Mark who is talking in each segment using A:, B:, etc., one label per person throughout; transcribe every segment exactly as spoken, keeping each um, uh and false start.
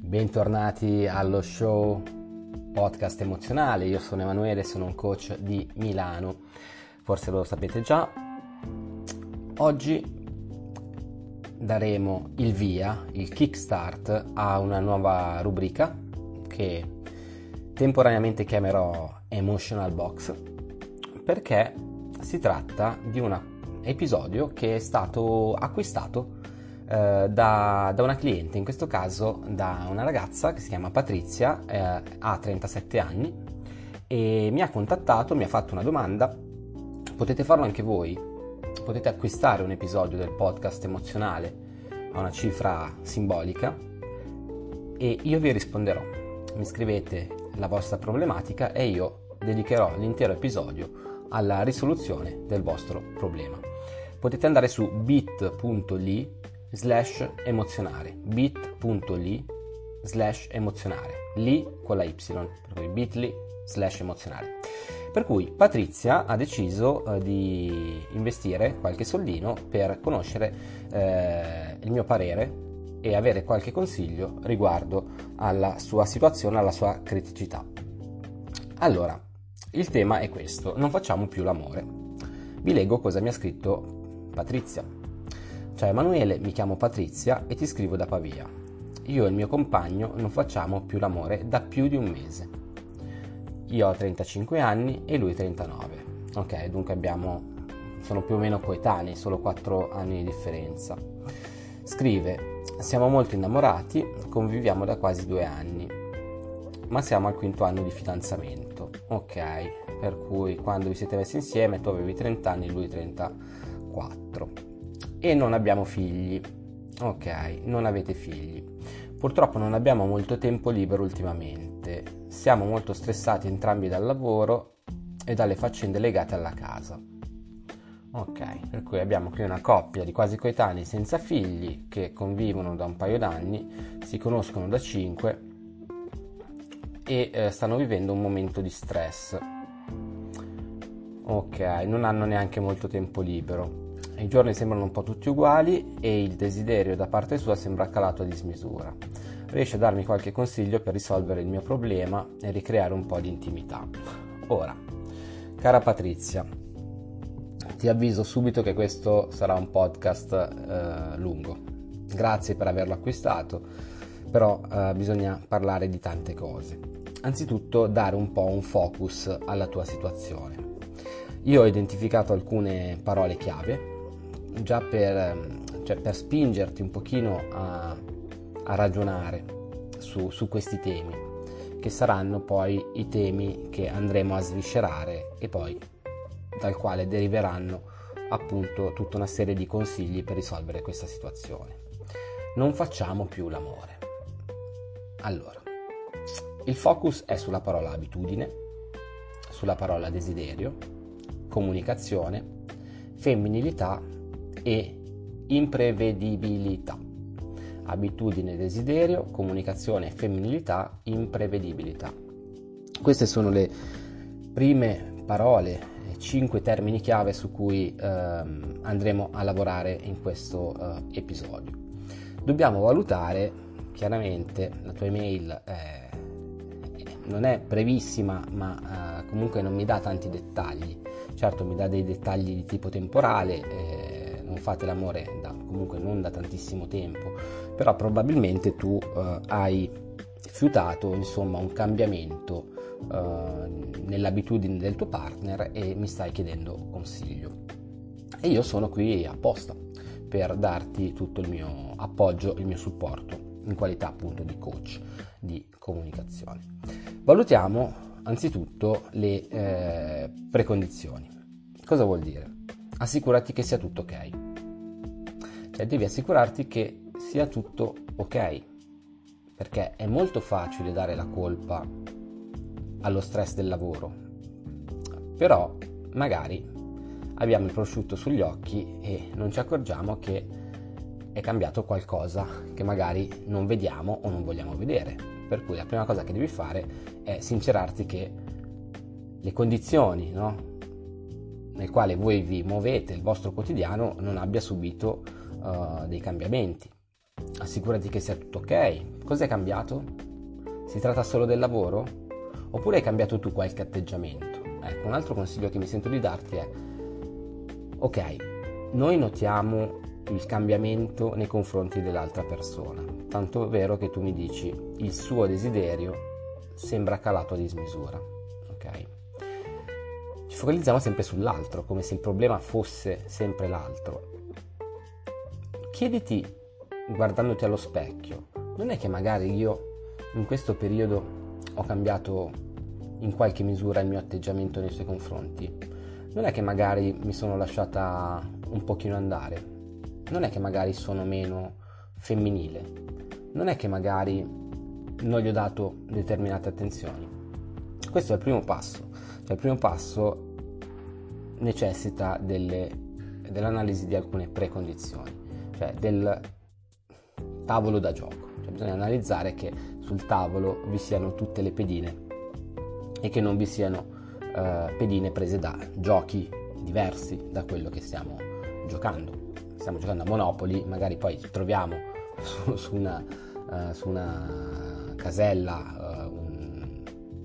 A: bentornati allo show podcast emozionale. Io sono Emanuele, sono un coach di Milano, forse lo sapete già. Oggi daremo il via, il kickstart a una nuova rubrica che temporaneamente chiamerò Emotional Box, perché si tratta di un episodio che è stato acquistato Da, da una cliente, in questo caso da una ragazza che si chiama Patrizia, eh, ha trentasette anni e mi ha contattato, mi ha fatto una domanda. Potete farlo anche voi, potete acquistare un episodio del podcast emozionale a una cifra simbolica e io vi risponderò. Mi scrivete la vostra problematica e io dedicherò l'intero episodio alla risoluzione del vostro problema. Potete andare su bit.ly slash emozionare, bit.ly slash emozionare, lì con la y, per cui bit.ly slash emozionare. Per cui Patrizia ha deciso eh, di investire qualche soldino per conoscere eh, il mio parere e avere qualche consiglio riguardo alla sua situazione, alla sua criticità. Allora, il tema è questo: non facciamo più l'amore. Vi leggo cosa mi ha scritto Patrizia. Ciao Emanuele, mi chiamo Patrizia e ti scrivo da Pavia. Io e il mio compagno non facciamo più l'amore da più di un mese. Io ho trentacinque anni e lui trentanove. Ok, dunque abbiamo, sono più o meno coetanei, solo quattro anni di differenza. Scrive: siamo molto innamorati, conviviamo da quasi due anni, ma siamo al quinto anno di fidanzamento. Ok, per cui quando vi siete messi insieme tu avevi trenta anni e lui trentaquattro. E non abbiamo figli. Ok, non avete figli. Purtroppo non abbiamo molto tempo libero ultimamente. Siamo molto stressati entrambi dal lavoro e dalle faccende legate alla casa. Ok, per cui abbiamo qui una coppia di quasi coetanei senza figli che convivono da un paio d'anni, si conoscono da cinque e eh, stanno vivendo un momento di stress. Ok, non hanno neanche molto tempo libero. I giorni sembrano un po' tutti uguali e il desiderio da parte sua sembra calato a dismisura. Riesce a darmi qualche consiglio per risolvere il mio problema e ricreare un po' di intimità. Ora, cara Patrizia, ti avviso subito che questo sarà un podcast eh, lungo. Grazie per averlo acquistato, però eh, bisogna parlare di tante cose. Anzitutto dare un po' un focus alla tua situazione. Io ho identificato alcune parole chiave già per, cioè per spingerti un pochino a, a ragionare su, su questi temi, che saranno poi i temi che andremo a sviscerare e poi dal quale deriveranno appunto tutta una serie di consigli per risolvere questa situazione. Non facciamo più l'amore. Allora, il focus è sulla parola abitudine, sulla parola desiderio, comunicazione, femminilità e imprevedibilità. Abitudine, desiderio, comunicazione, femminilità, imprevedibilità. Queste sono le prime parole, cinque termini chiave su cui ehm, andremo a lavorare in questo eh, episodio. Dobbiamo valutare, chiaramente la tua email eh, non è brevissima, ma eh, comunque non mi dà tanti dettagli. Certo, mi dà dei dettagli di tipo temporale, eh, non fate l'amore da, comunque non da tantissimo tempo, però probabilmente tu eh, hai fiutato insomma un cambiamento eh, nell'abitudine del tuo partner e mi stai chiedendo consiglio. E io sono qui apposta per darti tutto il mio appoggio, il mio supporto in qualità appunto di coach di comunicazione. Valutiamo anzitutto le eh, precondizioni. Cosa vuol dire? Assicurati che sia tutto ok. Cioè devi assicurarti che sia tutto ok, perché è molto facile dare la colpa allo stress del lavoro, però magari abbiamo il prosciutto sugli occhi e non ci accorgiamo che è cambiato qualcosa che magari non vediamo o non vogliamo vedere. Per cui la prima cosa che devi fare è sincerarti che le condizioni, no, nel quale voi vi muovete, il vostro quotidiano, non abbia subito uh, dei cambiamenti. assicurati che sia tutto ok. Cos'è cambiato? Si tratta solo del lavoro? Oppure hai cambiato tu qualche atteggiamento? Ecco, un altro consiglio che mi sento di darti è: ok, noi notiamo il cambiamento nei confronti dell'altra persona, tanto è vero che tu mi dici il suo desiderio sembra calato a dismisura, ok? Ci focalizziamo sempre sull'altro, come se il problema fosse sempre l'altro. Chiediti, guardandoti allo specchio, non è che magari io in questo periodo ho cambiato in qualche misura il mio atteggiamento nei suoi confronti? Non è che magari mi sono lasciata un pochino andare? Non è che magari sono meno femminile? Non è che magari non gli ho dato determinate attenzioni? Questo è il primo passo. Cioè, il primo passo necessita delle, dell'analisi di alcune precondizioni, cioè del tavolo da gioco. Cioè, bisogna analizzare che sul tavolo vi siano tutte le pedine e che non vi siano uh, pedine prese da giochi diversi da quello che stiamo giocando. Stiamo giocando a Monopoli, magari poi ci troviamo su, su, una, uh, su una casella, uh, un,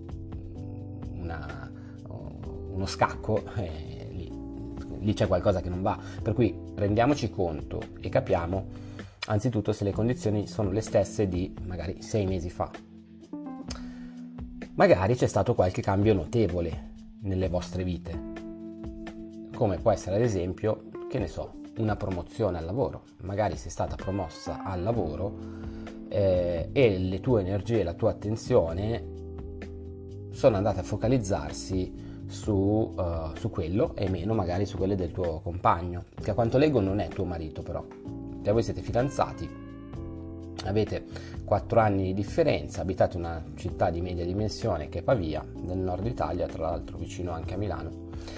A: una, uh, uno scacco, e lì, lì c'è qualcosa che non va. Per cui rendiamoci conto e capiamo anzitutto se le condizioni sono le stesse di magari sei mesi fa. Magari c'è stato qualche cambio notevole nelle vostre vite, come può essere ad esempio, che ne so, una promozione al lavoro. Magari sei stata promossa al lavoro eh, e le tue energie e la tua attenzione sono andate a focalizzarsi su, uh, su quello e meno magari su quelle del tuo compagno, che a quanto leggo non è tuo marito, però cioè, voi siete fidanzati, avete quattro anni di differenza, abitate in una città di media dimensione che è Pavia, nel nord Italia, tra l'altro vicino anche a Milano,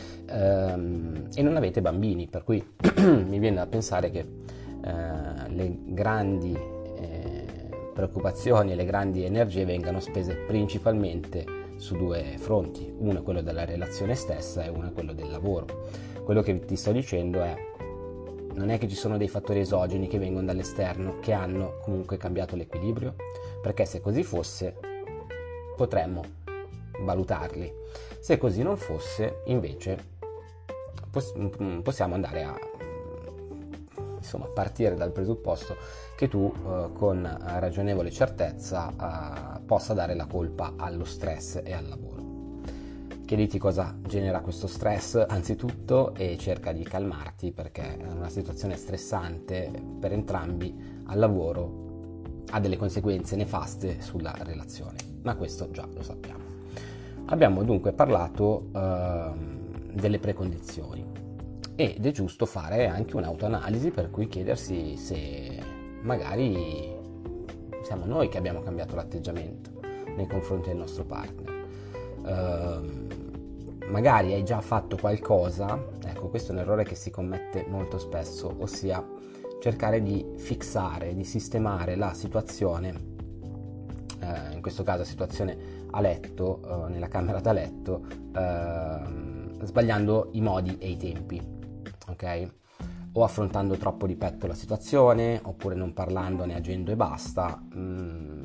A: ehm, e non avete bambini, per cui mi viene da pensare che eh, le grandi eh, preoccupazioni e le grandi energie vengano spese principalmente su due fronti. Uno è quello della relazione stessa e uno è quello del lavoro. Quello che ti sto dicendo è: non è che ci sono dei fattori esogeni che vengono dall'esterno che hanno comunque cambiato l'equilibrio, perché se così fosse potremmo valutarli. Se così non fosse, invece possiamo andare a insomma partire dal presupposto che tu eh, con ragionevole certezza eh, possa dare la colpa allo stress e al lavoro. Chiediti cosa genera questo stress anzitutto e cerca di calmarti, perché è una situazione stressante per entrambi al lavoro, ha delle conseguenze nefaste sulla relazione, ma questo già lo sappiamo. Abbiamo dunque parlato eh, delle precondizioni ed è giusto fare anche un'autoanalisi, per cui chiedersi se magari siamo noi che abbiamo cambiato l'atteggiamento nei confronti del nostro partner. Uh, magari hai già fatto qualcosa, ecco, questo è un errore che si commette molto spesso, ossia cercare di fissare, di sistemare la situazione, uh, in questo caso situazione a letto, uh, nella camera da letto, uh, sbagliando i modi e i tempi, ok? O affrontando troppo di petto la situazione, oppure non parlandone, agendo e basta. Mm,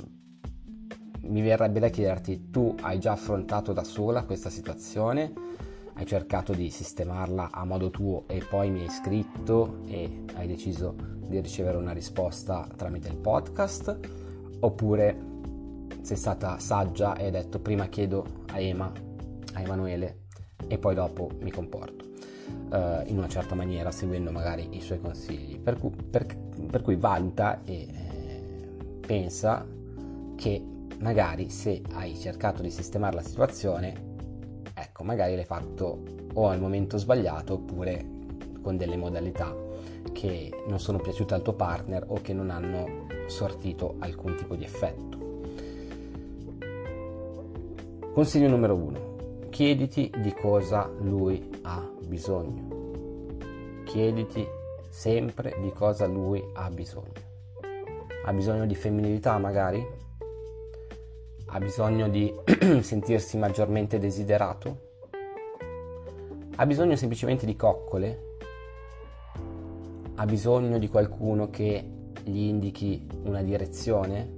A: mi verrebbe da chiederti: tu hai già affrontato da sola questa situazione? Hai cercato di sistemarla a modo tuo e poi mi hai scritto e hai deciso di ricevere una risposta tramite il podcast? Oppure sei stata saggia e hai detto: prima chiedo a Ema, a Emanuele, e poi dopo mi comporto uh, in una certa maniera, seguendo magari i suoi consigli? Per cui, per, per cui valuta e eh, pensa che magari se hai cercato di sistemare la situazione, ecco, magari l'hai fatto o al momento sbagliato oppure con delle modalità che non sono piaciute al tuo partner o che non hanno sortito alcun tipo di effetto. Consiglio numero uno: chiediti di cosa lui ha bisogno. Chiediti sempre di cosa lui ha bisogno. Ha bisogno di femminilità magari? Ha bisogno di sentirsi maggiormente desiderato? Ha bisogno semplicemente di coccole? Ha bisogno di qualcuno che gli indichi una direzione?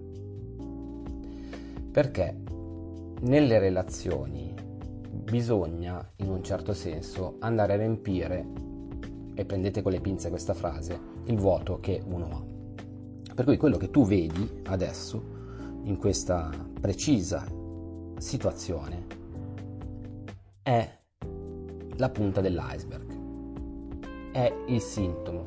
A: Perché nelle relazioni bisogna, in un certo senso, andare a riempire, e prendete con le pinze questa frase, il vuoto che uno ha. Per cui quello che tu vedi adesso, in questa precisa situazione, è la punta dell'iceberg, è il sintomo.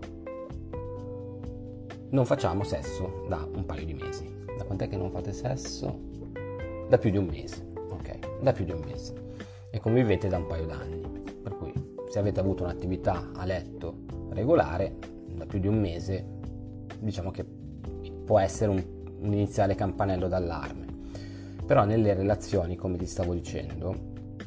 A: Non facciamo sesso da un paio di mesi. Da quant'è che non fate sesso? Da più di un mese, ok? Da più di un mese. E convivete da un paio d'anni. Per cui, se avete avuto un'attività a letto regolare, da più di un mese, diciamo che può essere un, un iniziale campanello d'allarme. Però nelle relazioni, come ti stavo dicendo,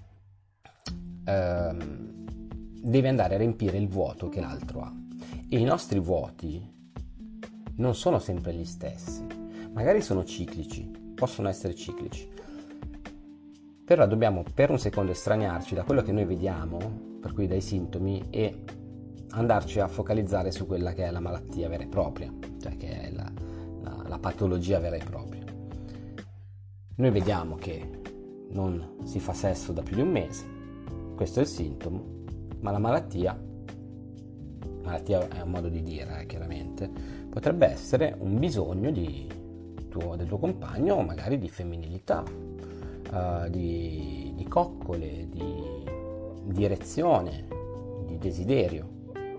A: ehm, deve andare a riempire il vuoto che l'altro ha. E i nostri vuoti non sono sempre gli stessi, magari sono ciclici, possono essere ciclici, però dobbiamo per un secondo estraniarci da quello che noi vediamo, per cui dai sintomi, e andarci a focalizzare su quella che è la malattia vera e propria, cioè che è la, la, la patologia vera e propria. Noi vediamo che non si fa sesso da più di un mese, questo è il sintomo, ma la malattia, malattia è un modo di dire, eh, chiaramente, potrebbe essere un bisogno di tuo, del tuo compagno, o magari di femminilità, uh, di, di coccole, di direzione, di desiderio.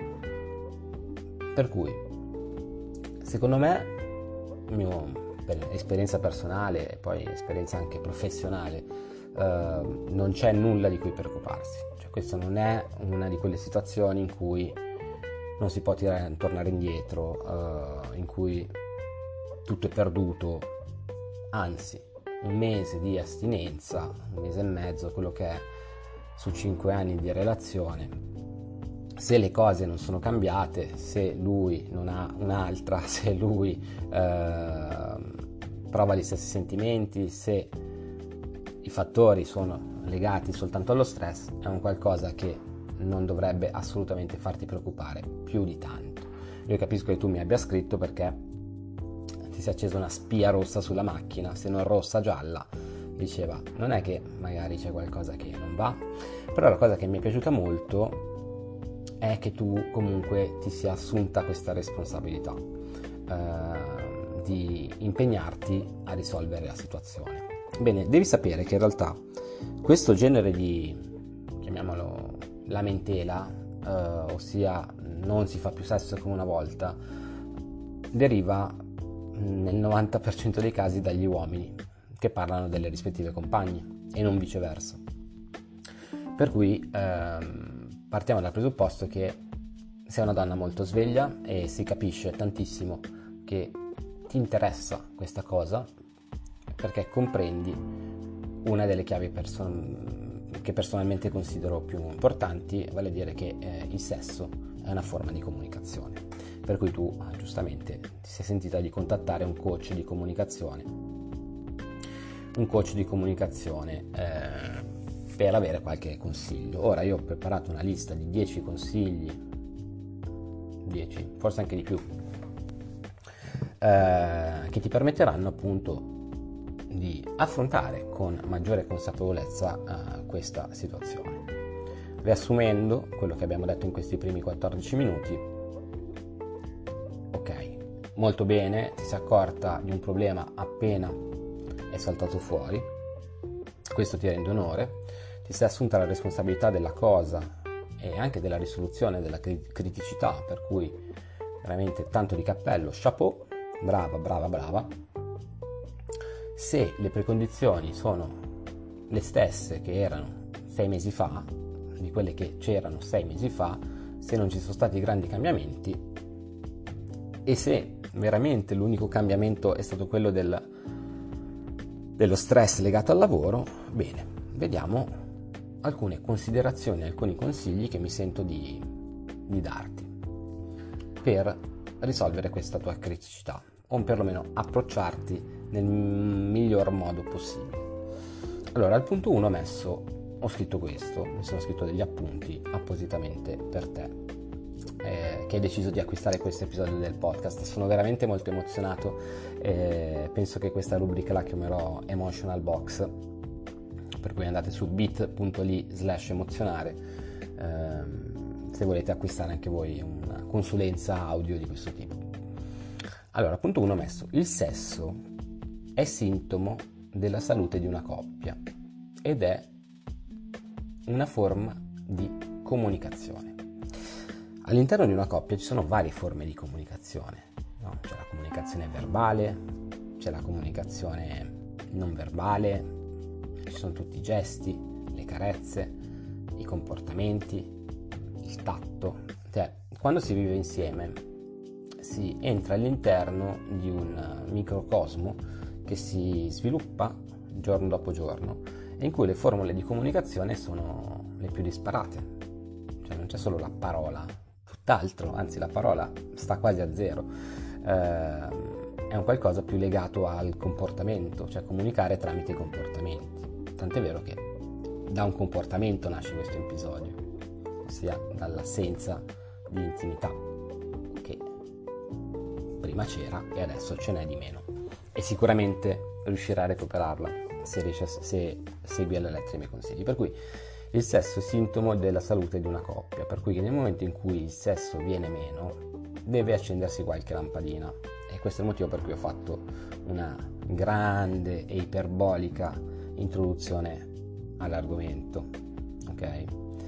A: Per cui, secondo me, mio, per esperienza personale e poi esperienza anche professionale, uh, non c'è nulla di cui preoccuparsi. Cioè, questa non è una di quelle situazioni in cui non si può tirare, tornare indietro, uh, in cui tutto è perduto, anzi, un mese di astinenza, un mese e mezzo, quello che è su cinque anni di relazione, se le cose non sono cambiate, se lui non ha un'altra, se lui uh, prova gli stessi sentimenti, se i fattori sono legati soltanto allo stress, è un qualcosa che non dovrebbe assolutamente farti preoccupare più di tanto. Io capisco che tu mi abbia scritto perché ti si è accesa una spia rossa sulla macchina, se non rossa, gialla, diceva non è che magari c'è qualcosa che non va, però la cosa che mi è piaciuta molto è che tu comunque ti sia assunta questa responsabilità eh, di impegnarti a risolvere la situazione. Bene, devi sapere che in realtà questo genere di, chiamiamolo, lamentela, eh, ossia non si fa più sesso come una volta, deriva nel novanta per cento dei casi dagli uomini che parlano delle rispettive compagne e non viceversa. Per cui ehm, partiamo dal presupposto che sei una donna molto sveglia e si capisce tantissimo che ti interessa questa cosa perché comprendi una delle chiavi person- che personalmente considero più importanti, vale a dire che eh, il sesso è una forma di comunicazione, per cui tu ah, giustamente ti sei sentita di contattare un coach di comunicazione un coach di comunicazione eh, per avere qualche consiglio. Ora io ho preparato una lista di dieci consigli, dieci, forse anche di più, eh, che ti permetteranno appunto di affrontare con maggiore consapevolezza uh, questa situazione. Riassumendo quello che abbiamo detto in questi primi quattordici minuti, ok, molto bene, ti sei accorta di un problema appena è saltato fuori, questo ti rende onore, ti sei assunta la responsabilità della cosa e anche della risoluzione della criticità, per cui veramente tanto di cappello, chapeau, brava, brava, brava. Se le precondizioni sono le stesse che erano sei mesi fa, di quelle che c'erano sei mesi fa, se non ci sono stati grandi cambiamenti e se veramente l'unico cambiamento è stato quello del, dello stress legato al lavoro, bene, vediamo alcune considerazioni, alcuni consigli che mi sento di, di darti per risolvere questa tua criticità o perlomeno approcciarti nel miglior modo possibile. Allora, al punto uno ho messo, ho scritto questo, mi sono scritto degli appunti appositamente per te, eh, che hai deciso di acquistare questo episodio del podcast. Sono veramente molto emozionato, eh, penso che questa rubrica la chiamerò Emotional Box, per cui andate su bit.ly slash emozionare ehm, se volete acquistare anche voi una consulenza audio di questo tipo. Allora, punto uno ho messo: il sesso è sintomo della salute di una coppia ed è una forma di comunicazione. All'interno di una coppia ci sono varie forme di comunicazione, no? C'è la comunicazione verbale, c'è la comunicazione non verbale, ci sono tutti i gesti, le carezze, i comportamenti, il tatto. Cioè, quando si vive insieme si entra all'interno di un microcosmo che si sviluppa giorno dopo giorno e in cui le formule di comunicazione sono le più disparate. Cioè non c'è solo la parola, tutt'altro, anzi la parola sta quasi a zero. Eh, è un qualcosa più legato al comportamento, cioè comunicare tramite i comportamenti. Tant'è vero che da un comportamento nasce questo episodio, ossia dall'assenza di intimità che prima c'era e adesso ce n'è di meno. E sicuramente riuscirà a recuperarla se riesce a, se segui alle lettere i miei consigli. Per cui il sesso è sintomo della salute di una coppia, per cui nel momento in cui il sesso viene meno deve accendersi qualche lampadina, e questo è il motivo per cui ho fatto una grande e iperbolica introduzione all'argomento, ok?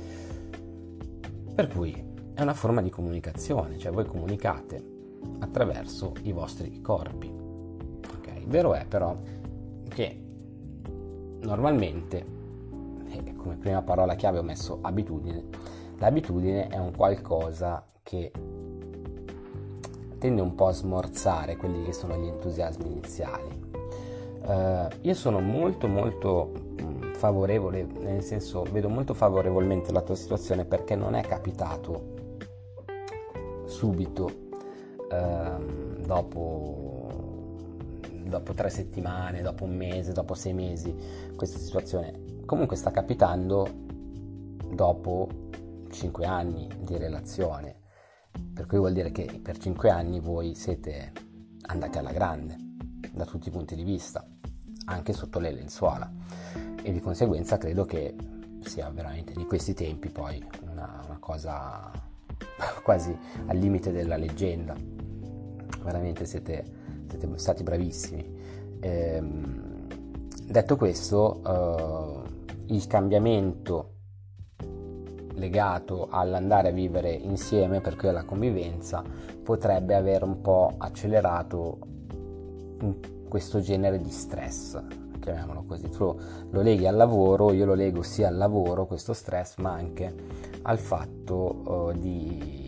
A: Per cui è una forma di comunicazione, cioè voi comunicate attraverso i vostri corpi, ok? Vero è però che normalmente, eh, come prima parola chiave ho messo abitudine. L'abitudine è un qualcosa che tende un po' a smorzare quelli che sono gli entusiasmi iniziali. Uh, io sono molto molto mh, favorevole, nel senso vedo molto favorevolmente la tua situazione, perché non è capitato subito uh, dopo dopo tre settimane, dopo un mese, dopo sei mesi questa situazione. Comunque sta capitando dopo cinque anni di relazione, per cui vuol dire che per cinque anni voi siete andati alla grande da tutti i punti di vista, anche sotto le lenzuola, e di conseguenza credo che sia veramente di questi tempi poi una, una cosa quasi al limite della leggenda. Veramente siete, siete stati bravissimi. Ehm, detto questo, eh, il cambiamento legato all'andare a vivere insieme, per cui alla convivenza, potrebbe aver un po' accelerato questo genere di stress, chiamiamolo così. Tu lo leghi al lavoro, io lo leggo sia al lavoro, questo stress, ma anche al fatto uh, di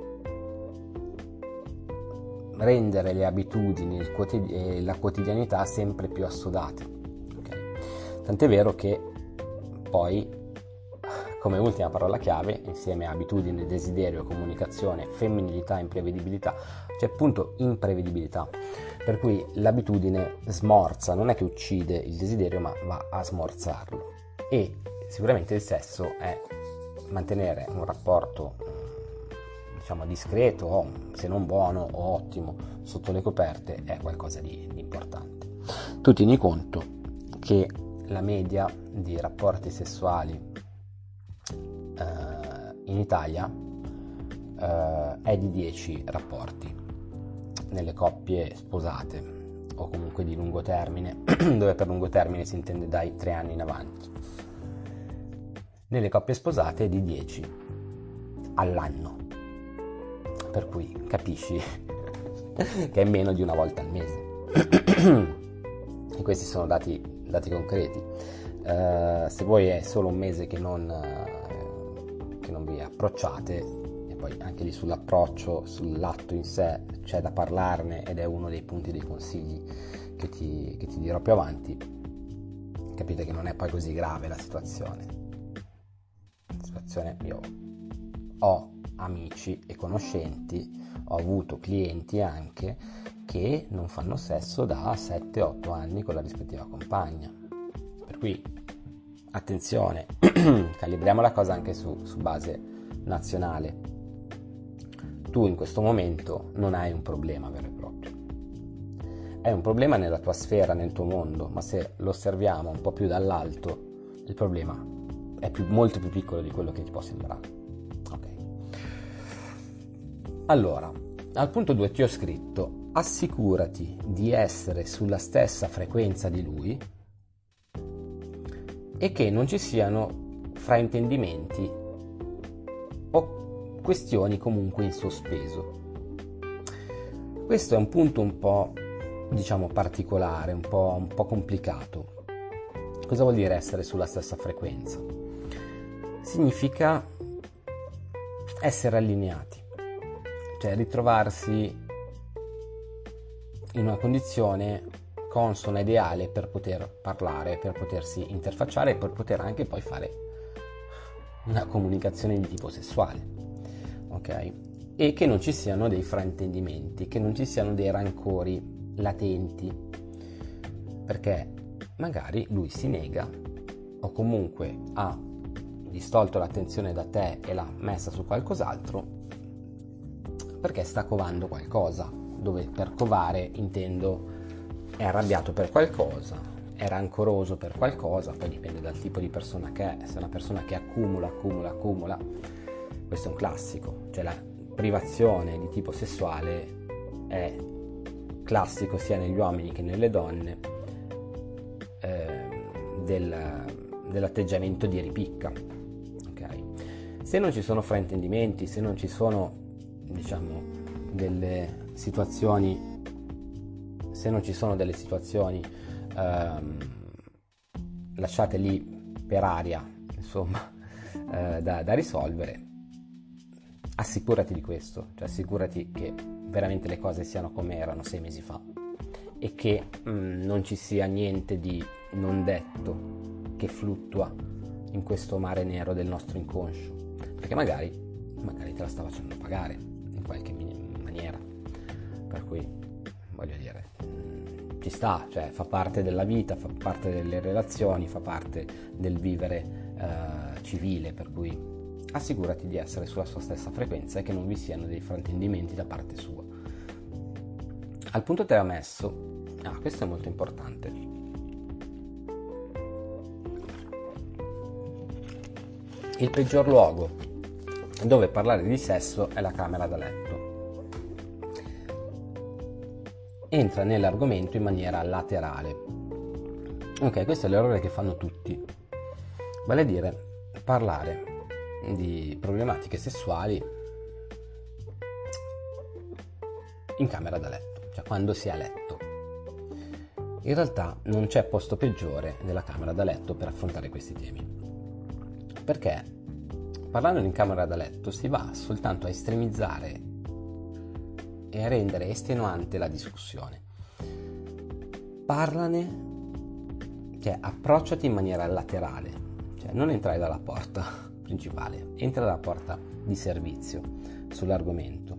A: rendere le abitudini il quotidi- e la quotidianità sempre più assodate, okay? Tant'è vero che poi, come ultima parola chiave, insieme a abitudini, desiderio, comunicazione, femminilità, imprevedibilità, c'è appunto imprevedibilità, per cui l'abitudine smorza, non è che uccide il desiderio, ma va a smorzarlo. E sicuramente il sesso è mantenere un rapporto, diciamo, discreto, o se non buono o ottimo, sotto le coperte, è qualcosa di, di importante. Tu tieni conto che la media di rapporti sessuali eh, in Italia eh, è di dieci rapporti nelle coppie sposate o comunque di lungo termine, dove per lungo termine si intende dai tre anni in avanti. Nelle coppie sposate è di dieci all'anno, per cui capisci che è meno di una volta al mese. E questi sono dati, dati concreti. Uh, se voi è solo un mese che non, uh, che non vi approcciate, e poi anche lì sull'approccio, sull'atto in sé c'è da parlarne, ed è uno dei punti dei consigli che ti, che ti dirò più avanti, capite che non è poi così grave la situazione. La situazione, io ho amici e conoscenti, ho avuto clienti anche che non fanno sesso da sette otto anni con la rispettiva compagna, per cui attenzione, calibriamo la cosa anche su, su base nazionale. tu in questo momento non hai un problema vero e proprio. È un problema nella tua sfera, nel tuo mondo, ma se lo osserviamo un po' più dall'alto, il problema è più, molto più piccolo di quello che ti può sembrare. Ok. Allora, al punto due ti ho scritto: assicurati di essere sulla stessa frequenza di lui e che non ci siano fraintendimenti o questioni comunque in sospeso. Questo è un punto un po', diciamo, particolare, un po', un po' complicato. Cosa vuol dire essere sulla stessa frequenza? Significa essere allineati, cioè ritrovarsi in una condizione consona, ideale per poter parlare, per potersi interfacciare e per poter anche poi fare una comunicazione di tipo sessuale, ok? E che non ci siano dei fraintendimenti, che non ci siano dei rancori latenti, perché magari lui si nega o comunque ha distolto l'attenzione da te e l'ha messa su qualcos'altro perché sta covando qualcosa, dove per covare intendo è arrabbiato per qualcosa, è rancoroso per qualcosa, poi dipende dal tipo di persona che è. Se è una persona che accumula, accumula, accumula, questo è un classico, cioè la privazione di tipo sessuale è classico sia negli uomini che nelle donne, eh, del, dell'atteggiamento di ripicca, ok? Se non ci sono fraintendimenti, se non ci sono, diciamo, delle situazioni se non ci sono delle situazioni ehm, lasciate lì per aria, insomma, eh, da, da risolvere, assicurati di questo, cioè assicurati che veramente le cose siano come erano sei mesi fa e che mh, non ci sia niente di non detto che fluttua in questo mare nero del nostro inconscio, perché magari, magari te la sta facendo pagare in qualche maniera, per cui voglio dire, ci sta, cioè fa parte della vita, fa parte delle relazioni, fa parte del vivere eh, civile, per cui assicurati di essere sulla sua stessa frequenza e che non vi siano dei fraintendimenti da parte sua. Al punto tre ho messo, ah, questo è molto importante, il peggior luogo dove parlare di sesso è la camera da letto. Entra nell'argomento in maniera laterale. Ok, questo è l'errore che fanno tutti, vale a dire parlare di problematiche sessuali in camera da letto, cioè quando si è a letto. In realtà non c'è posto peggiore della camera da letto per affrontare questi temi, perché parlando in camera da letto si va soltanto a estremizzare e a rendere estenuante la discussione. Parlane, cioè approcciati in maniera laterale, cioè non entrare dalla porta principale, entra dalla porta di servizio sull'argomento.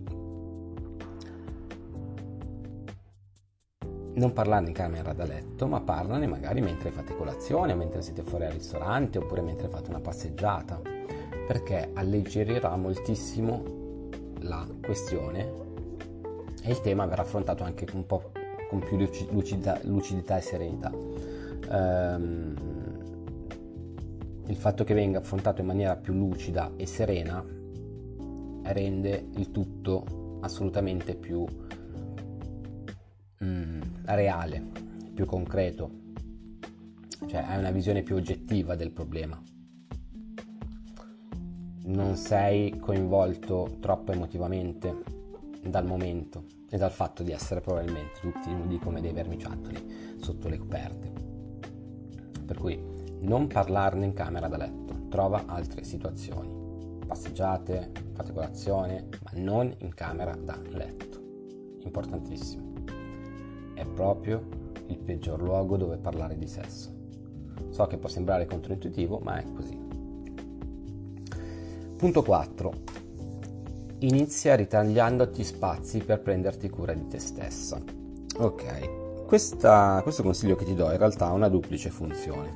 A: Non parlarne in camera da letto, ma parlane magari mentre fate colazione, mentre siete fuori al ristorante oppure mentre fate una passeggiata, perché alleggerirà moltissimo la questione e il tema verrà affrontato anche un po' con più lucidità, lucidità e serenità. Um, il fatto che venga affrontato in maniera più lucida e serena rende il tutto assolutamente più mm, reale, più concreto, cioè hai una visione più oggettiva del problema. Non sei coinvolto troppo emotivamente dal momento e dal fatto di essere probabilmente tutti nudi come dei vermiciattoli sotto le coperte. Per cui non parlarne in camera da letto, trova altre situazioni, passeggiate, fate colazione, ma non in camera da letto. Importantissimo. È proprio il peggior luogo dove parlare di sesso. So che può sembrare controintuitivo, ma è così. Punto quattro. Inizia ritagliandoti spazi per prenderti cura di te stessa. Ok, questa, questo consiglio che ti do in realtà ha una duplice funzione.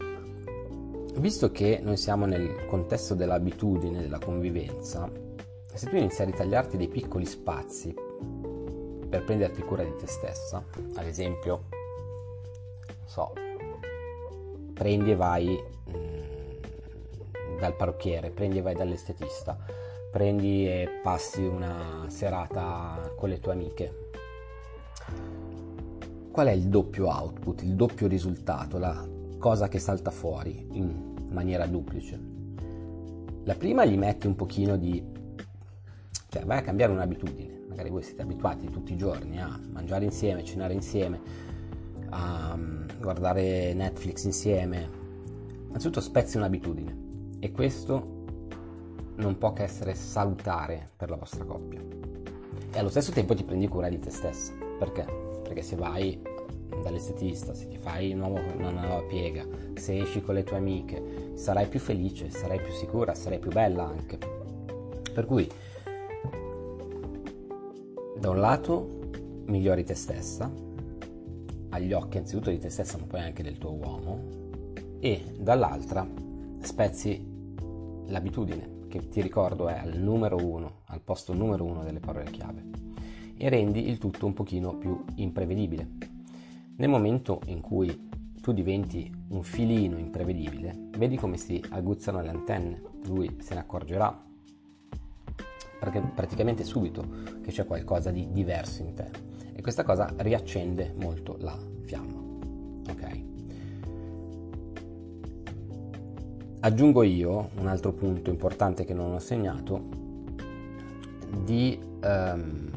A: Visto che noi siamo nel contesto dell'abitudine, della convivenza, se tu inizi a ritagliarti dei piccoli spazi per prenderti cura di te stessa, ad esempio, non so, prendi e vai mh, dal parrucchiere, prendi e vai dall'estetista, prendi e passi una serata con le tue amiche. Qual è il doppio output, il doppio risultato, la cosa che salta fuori in maniera duplice? La prima gli metti un pochino di... cioè vai a cambiare un'abitudine, magari voi siete abituati tutti i giorni a mangiare insieme, cenare insieme, a guardare Netflix insieme. Innanzitutto spezzi un'abitudine e questo non può che essere salutare per la vostra coppia, e allo stesso tempo ti prendi cura di te stessa. Perché? Perché se vai dall'estetista, se ti fai una nuova, una nuova piega, se esci con le tue amiche, sarai più felice, sarai più sicura, sarai più bella anche. Per cui da un lato migliori te stessa, agli occhi anzitutto di te stessa ma poi anche del tuo uomo, e dall'altra spezzi l'abitudine che, ti ricordo, è al numero uno, al posto numero uno delle parole chiave, e rendi il tutto un pochino più imprevedibile. Nel momento in cui tu diventi un filino imprevedibile, vedi come si aguzzano le antenne, lui se ne accorgerà perché praticamente subito che c'è qualcosa di diverso in te, e questa cosa riaccende molto la fiamma. Ok? Aggiungo io un altro punto importante che non ho segnato, di um,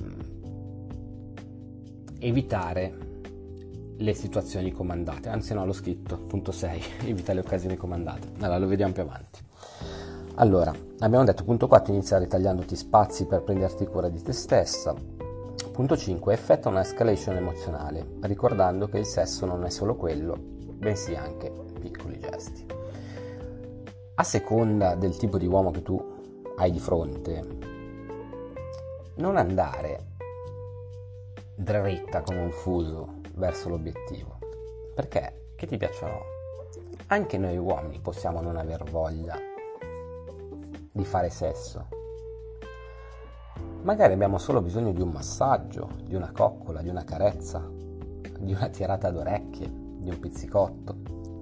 A: evitare le situazioni comandate, anzi no, l'ho scritto, punto sei, evita le occasioni comandate. Allora lo vediamo più avanti. Allora, abbiamo detto punto quattro, inizia ritagliandoti spazi per prenderti cura di te stessa. Punto cinque, effettua una escalation emozionale, ricordando che il sesso non è solo quello, bensì anche piccoli gesti. A seconda del tipo di uomo che tu hai di fronte, non andare dritta come un fuso verso l'obiettivo, perché, che ti piacciono, anche noi uomini possiamo non aver voglia di fare sesso. Magari abbiamo solo bisogno di un massaggio, di una coccola, di una carezza, di una tirata d'orecchie, di un pizzicotto.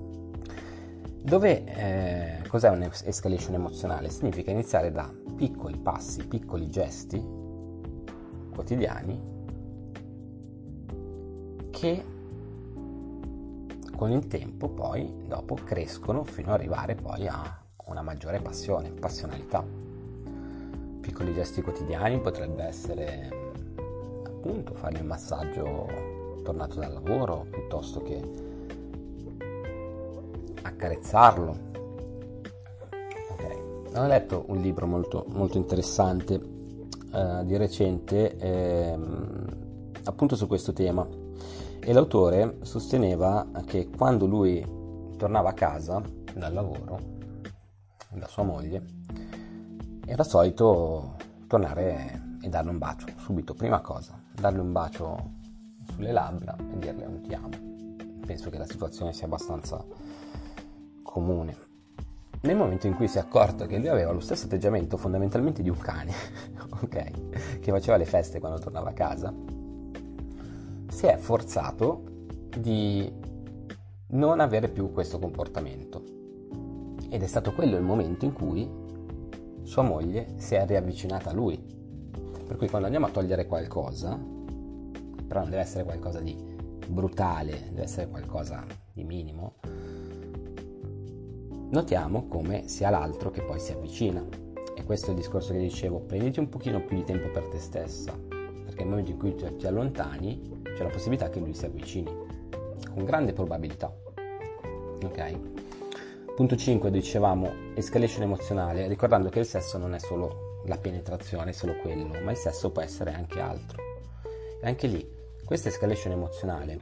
A: Dove eh, cos'è un'escalation emozionale? Significa iniziare da piccoli passi, piccoli gesti quotidiani che con il tempo poi dopo crescono fino ad arrivare poi a una maggiore passione, passionalità. Piccoli gesti quotidiani potrebbe essere appunto fare il massaggio tornato dal lavoro, piuttosto che accarezzarlo. Ok, ho letto un libro molto, molto interessante eh, di recente eh, appunto su questo tema, e l'autore sosteneva che quando lui tornava a casa dal lavoro da sua moglie era solito tornare e darle un bacio subito, prima cosa, darle un bacio sulle labbra e dirle un ti amo. Penso che la situazione sia abbastanza comune. Nel momento in cui si è accorto che lui aveva lo stesso atteggiamento fondamentalmente di un cane, ok, che faceva le feste quando tornava a casa, si è forzato di non avere più questo comportamento, ed è stato quello il momento in cui sua moglie si è riavvicinata a lui. Per cui quando andiamo a togliere qualcosa, però non deve essere qualcosa di brutale, deve essere qualcosa di minimo, notiamo come sia l'altro che poi si avvicina. E questo è il discorso che dicevo: prenditi un pochino più di tempo per te stessa, perché nel momento in cui ti allontani c'è la possibilità che lui si avvicini, con grande probabilità. Ok? Punto cinque, dicevamo escalation emozionale, ricordando che il sesso non è solo la penetrazione, è solo quello, ma il sesso può essere anche altro. E anche lì, questa escalation emozionale,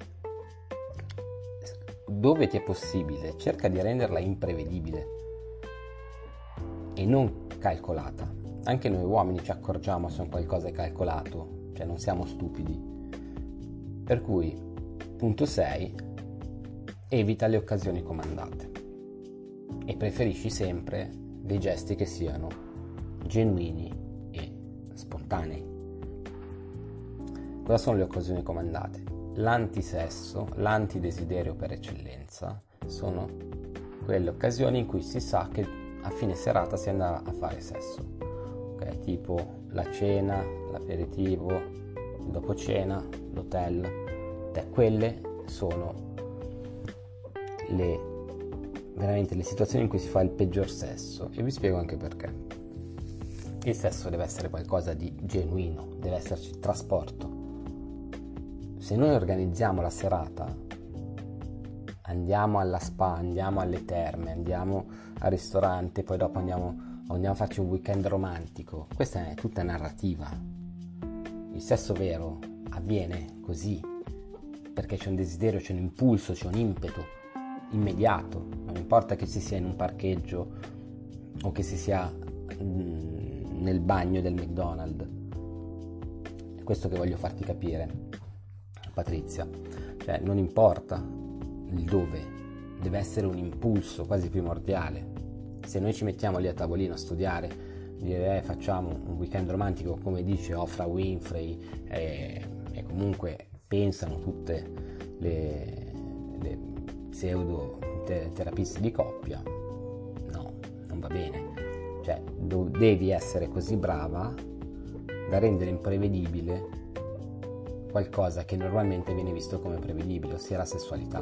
A: dove ti è possibile, cerca di renderla imprevedibile e non calcolata. Anche noi uomini ci accorgiamo se un qualcosa è calcolato, cioè non siamo stupidi. Per cui, punto sei, evita le occasioni comandate e preferisci sempre dei gesti che siano genuini e spontanei. Cosa sono le occasioni comandate? L'antisesso, l'antidesiderio per eccellenza, sono quelle occasioni in cui si sa che a fine serata si andrà a fare sesso, okay? Tipo la cena, l'aperitivo, il dopo cena, l'hotel. Beh, quelle sono le veramente le situazioni in cui si fa il peggior sesso, e vi spiego anche perché. Il sesso deve essere qualcosa di genuino, deve esserci trasporto. Se noi organizziamo la serata, andiamo alla spa, andiamo alle terme, andiamo al ristorante, poi dopo andiamo, andiamo a farci un weekend romantico, questa è tutta narrativa. Il sesso vero avviene così, perché c'è un desiderio, c'è un impulso, c'è un impeto immediato. Non importa che si sia in un parcheggio o che si sia mh, nel bagno del McDonald's. È questo che voglio farti capire, Patrizia. Cioè, non importa il dove, deve essere un impulso quasi primordiale. Se noi ci mettiamo lì a tavolino a studiare, dire eh, facciamo un weekend romantico come dice Oprah Winfrey, e, e comunque pensano tutte le, le pseudo te- terapiste di coppia, no, non va bene. Cioè, do- devi essere così brava da rendere imprevedibile qualcosa che normalmente viene visto come prevedibile, ossia la sessualità.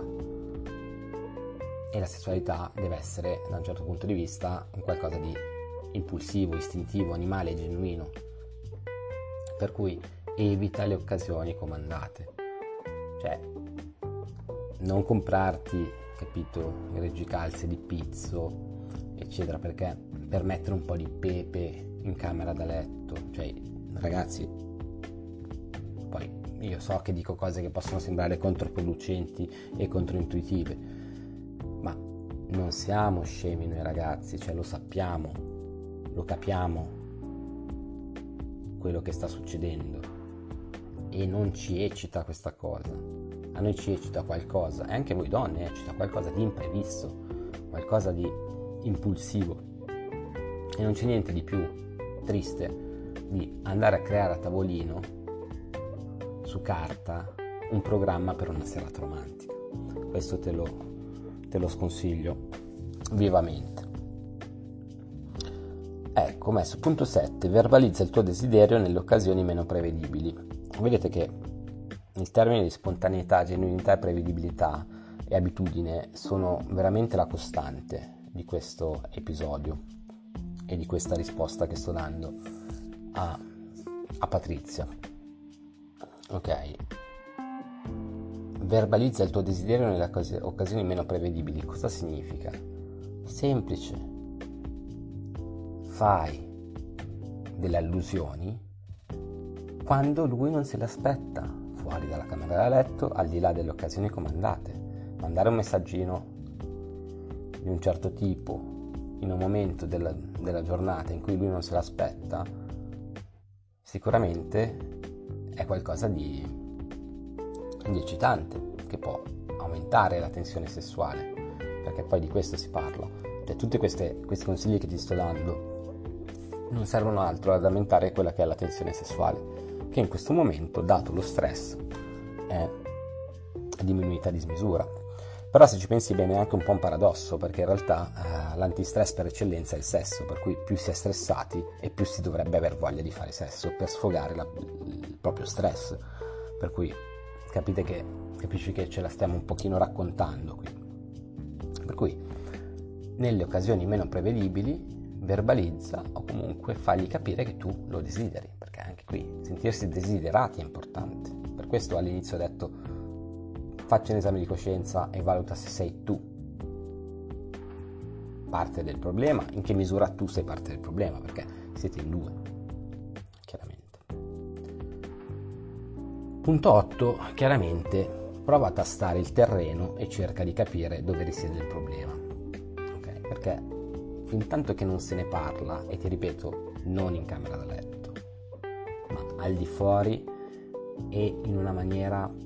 A: E la sessualità deve essere, da un certo punto di vista, un qualcosa di impulsivo, istintivo, animale, genuino. Per cui evita le occasioni comandate. Cioè, non comprarti, capito, i reggicalze di pizzo, eccetera, perché per mettere un po' di pepe in camera da letto. Cioè, ragazzi, poi io so che dico cose che possono sembrare controproducenti e controintuitive, ma non siamo scemi noi ragazzi, cioè lo sappiamo, lo capiamo quello che sta succedendo e non ci eccita questa cosa. A noi ci eccita qualcosa, e anche voi donne eccita qualcosa di imprevisto, qualcosa di impulsivo, e non c'è niente di più triste di andare a creare a tavolino su carta un programma per una serata romantica. Questo te lo, te lo sconsiglio vivamente. Ecco, messo punto sette, verbalizza il tuo desiderio nelle occasioni meno prevedibili. Vedete che il termine di spontaneità, genuinità e prevedibilità e abitudine sono veramente la costante di questo episodio e di questa risposta che sto dando a, a Patrizia. Ok, verbalizza il tuo desiderio nelle occasioni meno prevedibili. Cosa significa? Semplice. Fai delle allusioni quando lui non se le aspetta, fuori dalla camera da letto, al di là delle occasioni comandate. Mandare un messaggino di un certo tipo in un momento della, della giornata in cui lui non se l'aspetta, sicuramente è qualcosa di, di eccitante, che può aumentare la tensione sessuale, perché poi di questo si parla. Cioè, tutti questi consigli che ti sto dando non servono altro ad aumentare quella che è la tensione sessuale, che in questo momento, dato lo stress, è diminuita a dismisura. Però se ci pensi bene è anche un po' un paradosso, perché in realtà eh, l'antistress per eccellenza è il sesso, per cui più si è stressati e più si dovrebbe aver voglia di fare sesso per sfogare la, il proprio stress. Per cui capite che, capisci che ce la stiamo un pochino raccontando qui. Per cui nelle occasioni meno prevedibili verbalizza o comunque fagli capire che tu lo desideri, perché anche qui sentirsi desiderati è importante. Per questo all'inizio ho detto facci un esame di coscienza e valuta se sei tu parte del problema, in che misura tu sei parte del problema, perché siete in due, chiaramente. Punto otto, chiaramente prova a tastare il terreno e cerca di capire dove risiede il problema, okay? Perché fin tanto che non se ne parla, e ti ripeto, non in camera da letto, ma al di fuori e in una maniera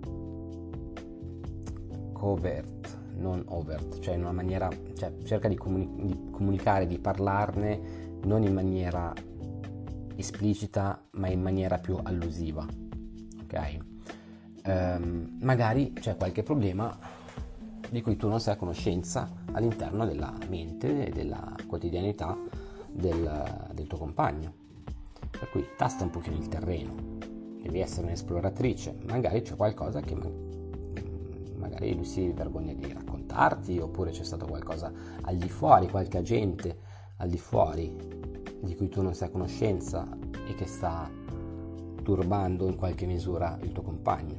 A: covert, non overt, cioè in una maniera, cioè cerca di, comuni- di comunicare, di parlarne non in maniera esplicita ma in maniera più allusiva, ok? Ehm, magari c'è qualche problema di cui tu non sei a conoscenza all'interno della mente e della quotidianità del, del tuo compagno, per cui tasta un pochino il terreno, devi essere un'esploratrice, magari c'è qualcosa che magari lui si vergogna di raccontarti, oppure c'è stato qualcosa al di fuori, qualche agente al di fuori di cui tu non sei a conoscenza e che sta turbando in qualche misura il tuo compagno.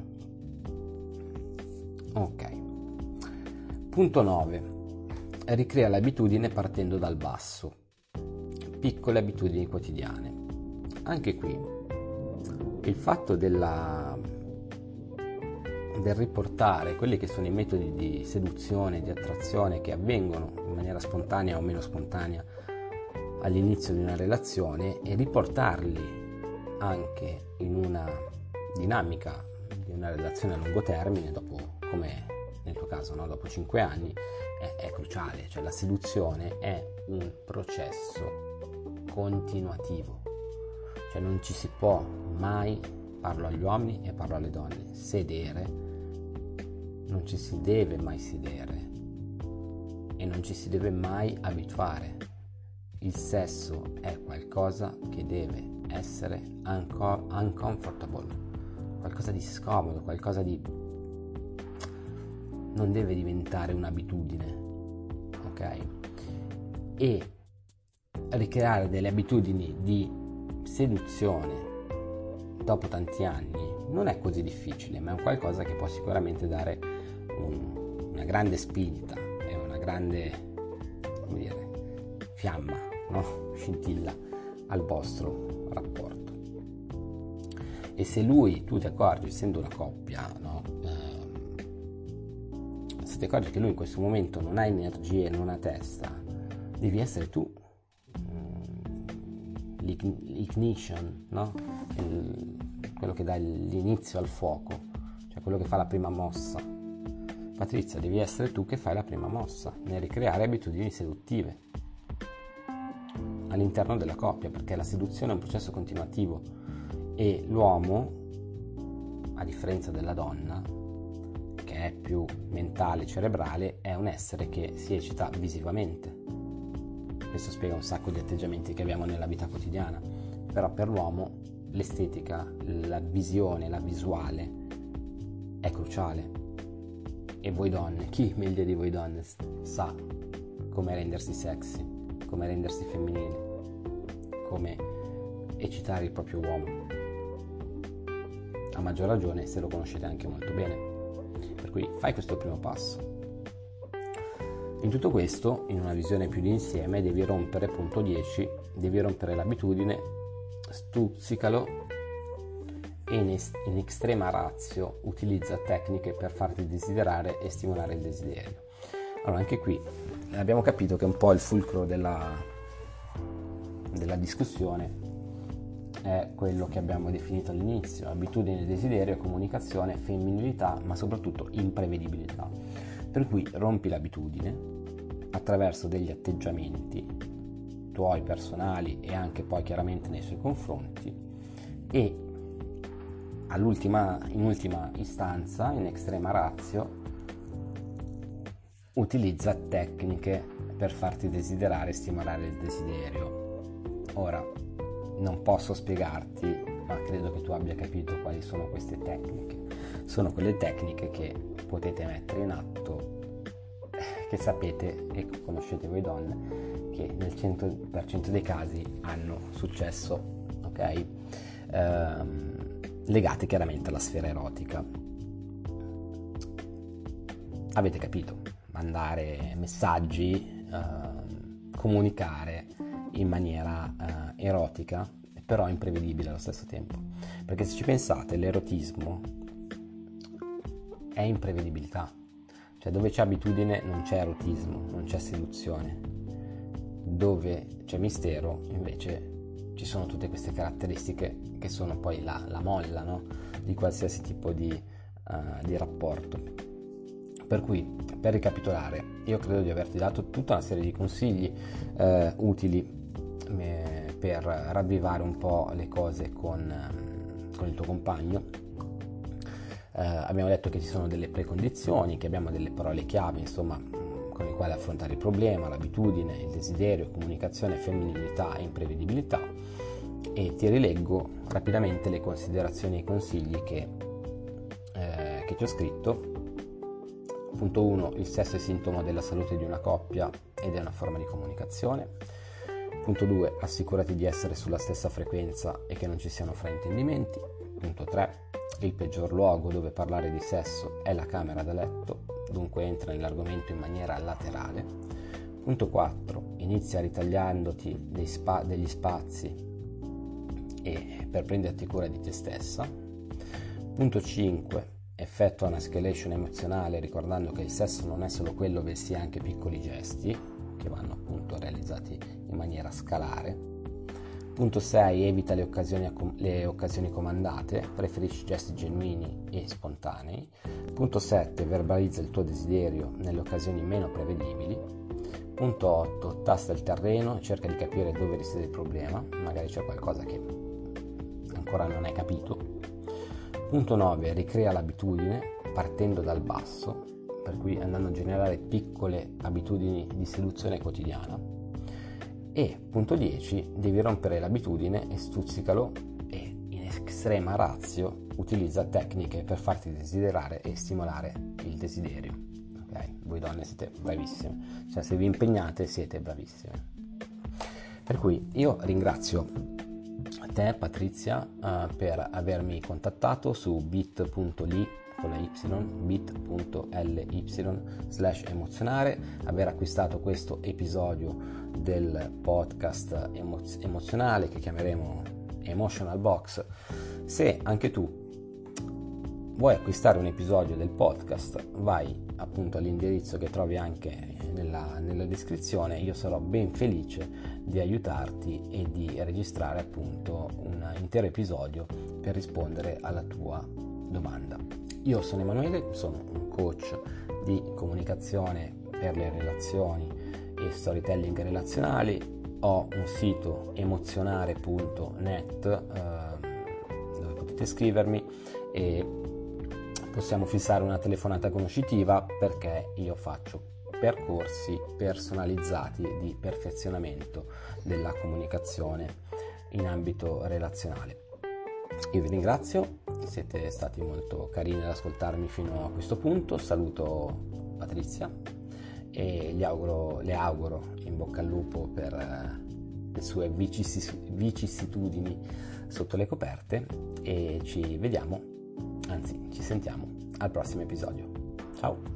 A: Ok. Punto nove. Ricrea l'abitudine partendo dal basso. Piccole abitudini quotidiane. Anche qui il fatto della, del riportare quelli che sono i metodi di seduzione, di attrazione che avvengono in maniera spontanea o meno spontanea all'inizio di una relazione e riportarli anche in una dinamica di una relazione a lungo termine, dopo, come nel tuo caso, no? Dopo cinque anni, è, è cruciale. Cioè la seduzione è un processo continuativo, cioè non ci si può mai, parlo agli uomini e parlo alle donne, sedere, non ci si deve mai sedere e non ci si deve mai abituare. Il sesso è qualcosa che deve essere unco- uncomfortable, qualcosa di scomodo, qualcosa di... non deve diventare un'abitudine, ok? E ricreare delle abitudini di seduzione dopo tanti anni non è così difficile, ma è un qualcosa che può sicuramente dare un, una grande spinta e una grande, come dire, fiamma, no? Scintilla al vostro rapporto. E se lui, tu ti accorgi, essendo una coppia, no? Eh, se ti accorgi che lui in questo momento non ha energie, non ha testa, devi essere tu l'ignition, no? Il, quello che dà l'inizio al fuoco, cioè quello che fa la prima mossa. Patrizia, devi essere tu che fai la prima mossa nel ricreare abitudini seduttive all'interno della coppia, perché la seduzione è un processo continuativo e l'uomo, a differenza della donna, che è più mentale, cerebrale, è un essere che si eccita visivamente. Questo spiega un sacco di atteggiamenti che abbiamo nella vita quotidiana, però per l'uomo l'estetica, la visione, la visuale è cruciale. E voi donne, chi meglio di voi donne sa come rendersi sexy, come rendersi femminili, come eccitare il proprio uomo, a maggior ragione se lo conoscete anche molto bene. Per cui fai questo primo passo. In tutto questo, in una visione più d'insieme, devi rompere, punto dieci, devi rompere l'abitudine, stuzzicalo e in, est- in extrema ratio utilizza tecniche per farti desiderare e stimolare il desiderio. Allora, anche qui abbiamo capito che un po' il fulcro della, della discussione è quello che abbiamo definito all'inizio: abitudine, desiderio, comunicazione, femminilità, ma soprattutto imprevedibilità. Per cui rompi l'abitudine attraverso degli atteggiamenti tuoi personali e anche poi chiaramente nei suoi confronti, e all'ultima, in ultima istanza, in extrema ratio, utilizza tecniche per farti desiderare e stimolare il desiderio. Ora, non posso spiegarti, ma credo che tu abbia capito quali sono queste tecniche. Sono quelle tecniche che potete mettere in atto, che sapete e conoscete voi donne, che nel cento per cento dei casi hanno successo, ok? Ehm, legate chiaramente alla sfera erotica. Avete capito? Mandare messaggi, ehm, comunicare in maniera eh, erotica, però imprevedibile allo stesso tempo. Perché se ci pensate, l'erotismo è imprevedibilità. Cioè, dove c'è abitudine non c'è erotismo, non c'è seduzione. Dove c'è mistero, invece, ci sono tutte queste caratteristiche che sono poi la, la molla, no? Di qualsiasi tipo di, uh, di rapporto. Per cui, per ricapitolare, io credo di averti dato tutta una serie di consigli uh, utili eh, per ravvivare un po' le cose con, con il tuo compagno. Eh, abbiamo detto che ci sono delle precondizioni, che abbiamo delle parole chiave, insomma, con le quali affrontare il problema: l'abitudine, il desiderio, comunicazione, femminilità e imprevedibilità. E ti rileggo rapidamente le considerazioni e i consigli che, eh, che ti ho scritto. Punto uno: il sesso è sintomo della salute di una coppia ed è una forma di comunicazione. Punto due: assicurati di essere sulla stessa frequenza e che non ci siano fraintendimenti. Punto tre: il peggior luogo dove parlare di sesso è la camera da letto, dunque entra nell'argomento in maniera laterale. Punto quattro: inizia ritagliandoti dei spa- degli spazi e per prenderti cura di te stessa. Punto cinque: effettua un'escalation emozionale ricordando che il sesso non è solo quello, bensì anche piccoli gesti che vanno appunto realizzati in maniera scalare. Punto sei: evita le occasioni, le occasioni comandate, preferisci gesti genuini e spontanei. Punto sette: verbalizza il tuo desiderio nelle occasioni meno prevedibili. Punto otto: tasta il terreno, cerca di capire dove risiede il problema, magari c'è qualcosa che ancora non hai capito. Punto nove: ricrea l'abitudine partendo dal basso, per cui andando a generare piccole abitudini di seduzione quotidiana. E punto dieci: devi rompere l'abitudine e stuzzicalo, e in estrema ratio utilizza tecniche per farti desiderare e stimolare il desiderio. Ok? Voi donne siete bravissime, cioè se vi impegnate siete bravissime. Per cui io ringrazio te, Patrizia, uh, per avermi contattato su bit.ly con la y, bit.ly slash emozionare, aver acquistato questo episodio del podcast emo- emozionale che chiameremo Emotional Box. Se anche tu vuoi acquistare un episodio del podcast, vai appunto all'indirizzo che trovi anche nella, nella descrizione. Io sarò ben felice di aiutarti e di registrare appunto un intero episodio per rispondere alla tua domanda. Io sono Emanuele, sono un coach di comunicazione per le relazioni e storytelling relazionali. Ho un sito emozionare punto net eh, dove potete scrivermi e possiamo fissare una telefonata conoscitiva, perché io faccio percorsi personalizzati di perfezionamento della comunicazione in ambito relazionale. Io vi ringrazio, siete stati molto carini ad ascoltarmi fino a questo punto. Saluto Patrizia e gli auguro, le auguro in bocca al lupo per le sue vicissitudini sotto le coperte, e ci vediamo, anzi ci sentiamo al prossimo episodio. Ciao!